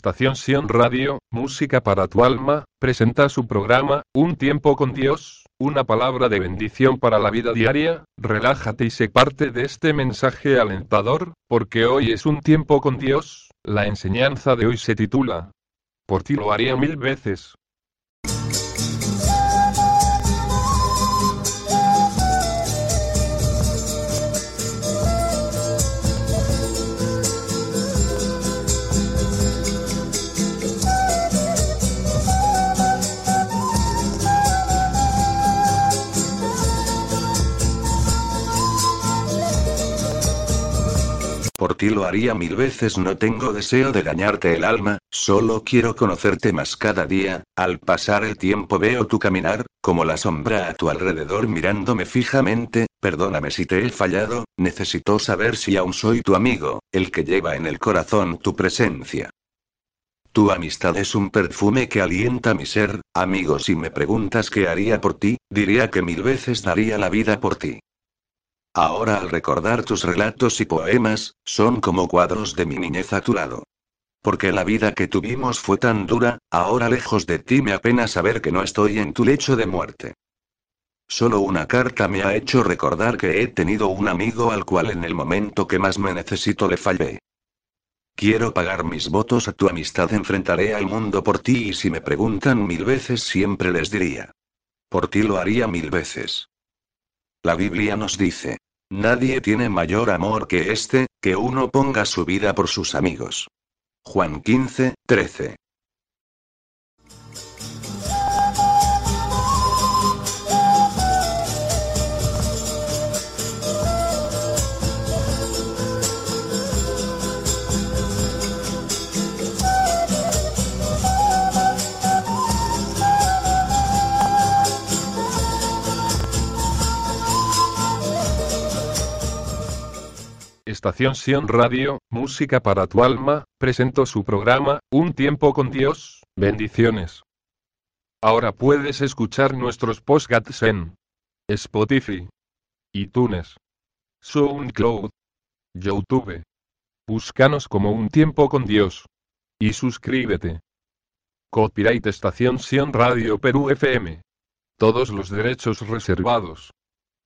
Estación Sion Radio, música para tu alma, presenta su programa, Un tiempo con Dios, una palabra de bendición para la vida diaria. Relájate y sé parte de este mensaje alentador, porque hoy es un tiempo con Dios. La enseñanza de hoy se titula, Por ti lo haría 1000 veces. Por ti lo haría 1000 veces, no tengo deseo de dañarte el alma, solo quiero conocerte más cada día. Al pasar el tiempo veo tu caminar, como la sombra a tu alrededor mirándome fijamente. Perdóname si te he fallado, necesito saber si aún soy tu amigo, el que lleva en el corazón tu presencia. Tu amistad es un perfume que alienta mi ser, amigo. Si me preguntas qué haría por ti, diría que 1000 veces daría la vida por ti. Ahora, al recordar tus relatos y poemas, son como cuadros de mi niñez a tu lado. Porque la vida que tuvimos fue tan dura, ahora lejos de ti me apena saber que no estoy en tu lecho de muerte. Solo una carta me ha hecho recordar que he tenido un amigo al cual en el momento que más me necesito le fallé. Quiero pagar mis votos a tu amistad, enfrentaré al mundo por ti, y si me preguntan 1000 veces siempre les diría: por ti lo haría 1000 veces. La Biblia nos dice: nadie tiene mayor amor que este, que uno ponga su vida por sus amigos. Juan 15:13. Estación Sion Radio, música para tu alma, presentó su programa, Un tiempo con Dios. Bendiciones. Ahora puedes escuchar nuestros podcasts en Spotify, iTunes, SoundCloud, YouTube. Búscanos como Un tiempo con Dios. Y suscríbete. Copyright Estación Sion Radio Perú FM. Todos los derechos reservados.